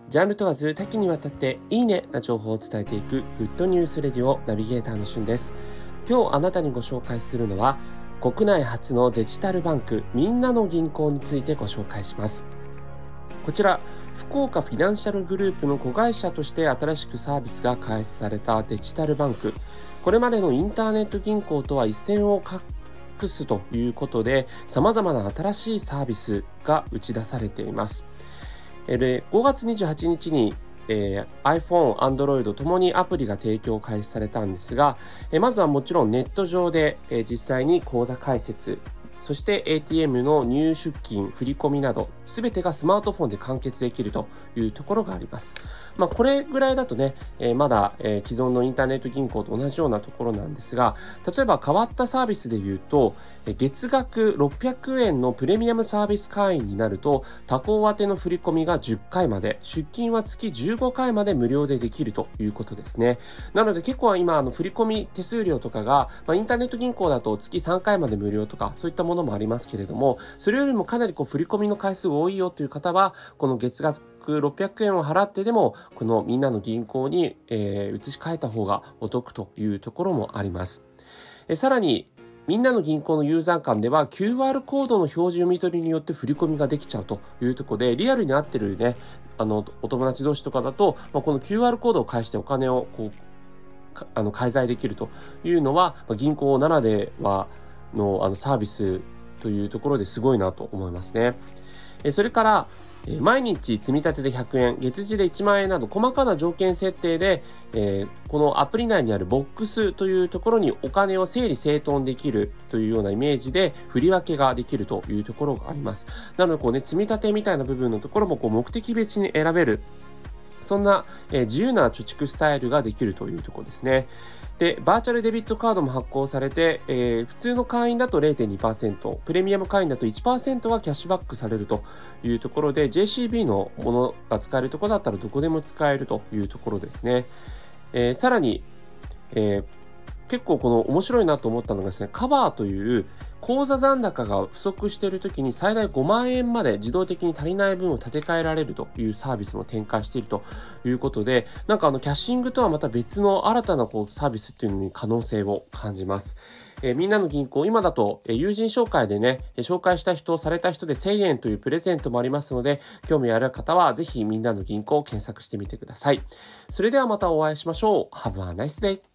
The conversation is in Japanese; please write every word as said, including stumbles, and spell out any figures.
ジャンル問わず多岐にわたっていいねな情報を伝えていくフットニュースレディオナビゲーターのしゅんです。今日あなたにご紹介するのは、国内初のデジタルバンクみんなの銀行についてご紹介します。こちら福岡フィナンシャルグループの子会社として新しくサービスが開始されたデジタルバンク。これまでのインターネット銀行とは一線を画すということで、様々な新しいサービスが打ち出されています。ごがつにじゅうはちにちに、えー、iPhone、Android ともにアプリが提供開始されたんですが、えー、まずはもちろんネット上で、えー、実際に口座開設、そして エーティーエム の入出金、振り込みなど、すべてがスマートフォンで完結できるというところがあります。まあ、これぐらいだとね、えー、まだ、えー、既存のインターネット銀行と同じようなところなんですが、例えば変わったサービスで言うと、月額ろっぴゃくえんのプレミアムサービス会員になると、他行宛ての振り込みがじゅっかいまで、出金は月じゅうごかいまで無料でできるということですね。なので結構今、あの振り込み手数料とかが、まあ、インターネット銀行だと月さんかいまで無料とか、そういったものもありますけれども、それよりもかなりこう振り込みの回数多いよという方は、この月額ろっぴゃくえんを払ってでも、このみんなの銀行に、えー、移し替えた方がお得というところもあります。えさらに、みんなの銀行のユーザー間では キューアール コードの表示読み取りによって振り込みができちゃうというところで、リアルに合ってるね、あのお友達同士とかだと、まあ、この キューアール コードを返してお金をこうあの介在できるというのは、まあ、銀行ならではのあのサービスというところですごいなと思いますね。えそれから毎日積み立てでひゃくえん、月次でいちまんえんなど細かな条件設定で、えー、このアプリ内にあるボックスというところにお金を整理整頓できるというようなイメージで振り分けができるというところがあります。なのでこうね、積み立てみたいな部分のところもこう目的別に選べる。そんな、えー、自由な貯蓄スタイルができるというところですね。で、バーチャルデビットカードも発行されて、えー、普通の会員だと れいてんにパーセント、プレミアム会員だと いちパーセント はキャッシュバックされるというところで、ジェーシービー のものが使えるところだったらどこでも使えるというところですね。えー、さらに、えー結構この面白いなと思ったのがですね、カバーという口座残高が不足しているときに最大ごまんえんまで自動的に足りない分を立て替えられるというサービスも展開しているということで、なんかあのキャッシングとはまた別の新たなこうサービスっていうのに可能性を感じます。えー、みんなの銀行、今だと、えー、友人紹介でね、紹介した人、された人でせんえんというプレゼントもありますので、興味ある方はぜひみんなの銀行を検索してみてください。それではまたお会いしましょう。Have a nice day!